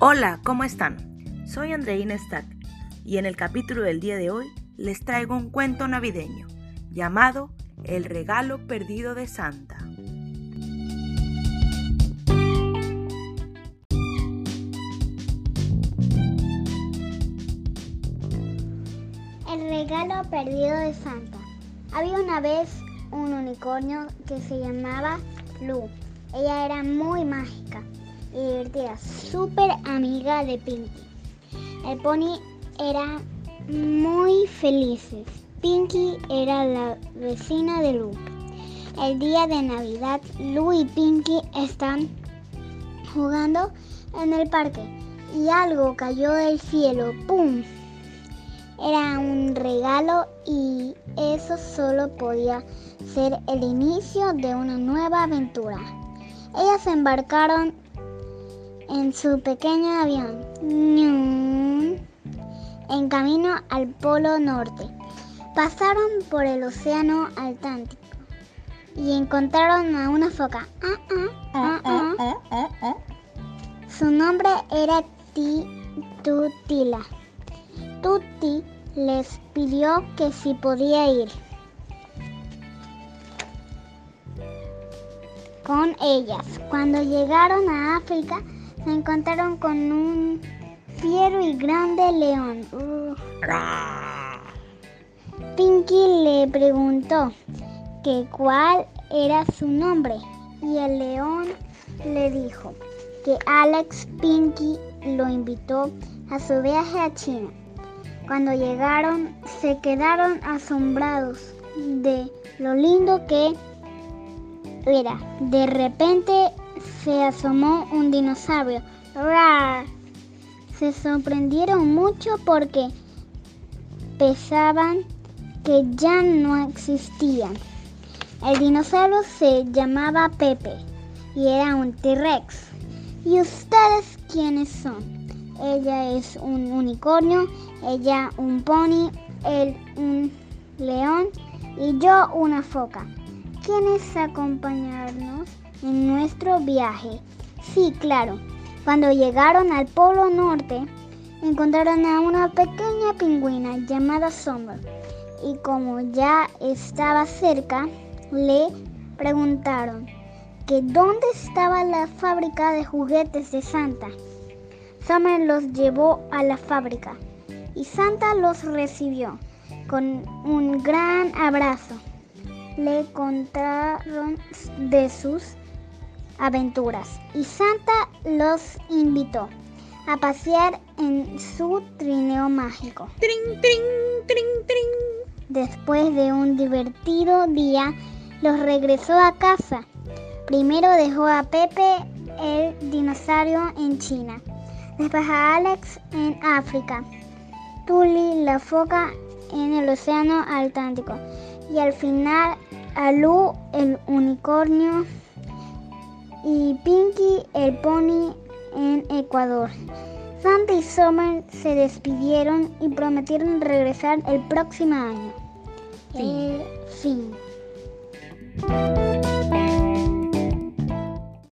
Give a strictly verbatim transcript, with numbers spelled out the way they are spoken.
Hola, ¿cómo están? Soy Andreina Stack y en el capítulo del día de hoy les traigo un cuento navideño llamado El regalo perdido de Santa. El regalo perdido de Santa. Había una vez un unicornio que se llamaba Lu. Ella era muy mágica y divertida, súper amiga de Pinky. El pony era muy felices. Pinky era la vecina de Lu. El día de Navidad, Lu y Pinky están jugando en el parque y algo cayó del cielo. ¡Pum! Era un regalo y eso solo podía ser el inicio de una nueva aventura. Ellas se embarcaron en su pequeño avión en camino al Polo Norte. Pasaron por el Océano Atlántico y encontraron a una foca. Ah, ah, ah, ah. Su nombre era Tutila. Tuti les pidió que si podía ir con ellas. Cuando llegaron a África, se encontraron con un fiero y grande león. Uh. Pinky le preguntó que cuál era su nombre y el león le dijo que Alex Pinky lo invitó a su viaje a China. Cuando llegaron, se quedaron asombrados de lo lindo que era. De repente se asomó un dinosaurio. ¡Rar! Se sorprendieron mucho porque pensaban que ya no existían. El dinosaurio se llamaba Pepe y era un T-Rex. ¿Y ustedes quiénes son? Ella es un unicornio, ella un pony, él un león y yo una foca. ¿Quiénes acompañarnos en nuestro viaje? Sí, claro. Cuando llegaron al Polo Norte, encontraron a una pequeña pingüina llamada Summer. Y como ya estaba cerca, le preguntaron que dónde estaba la fábrica de juguetes de Santa. Summer los llevó a la fábrica y Santa los recibió con un gran abrazo. Le contaron de sus aventuras y Santa los invitó a pasear en su trineo mágico. ¡Trin, trin, trin, trin! Después de un divertido día, los regresó a casa. Primero dejó a Pepe, el dinosaurio, en China. Después a Alex en África, Tuli la foca en el Océano Atlántico y al final a Lu el unicornio y Pinky el pony en Ecuador. Santa y Summer se despidieron y prometieron regresar el próximo año. Fin. El fin.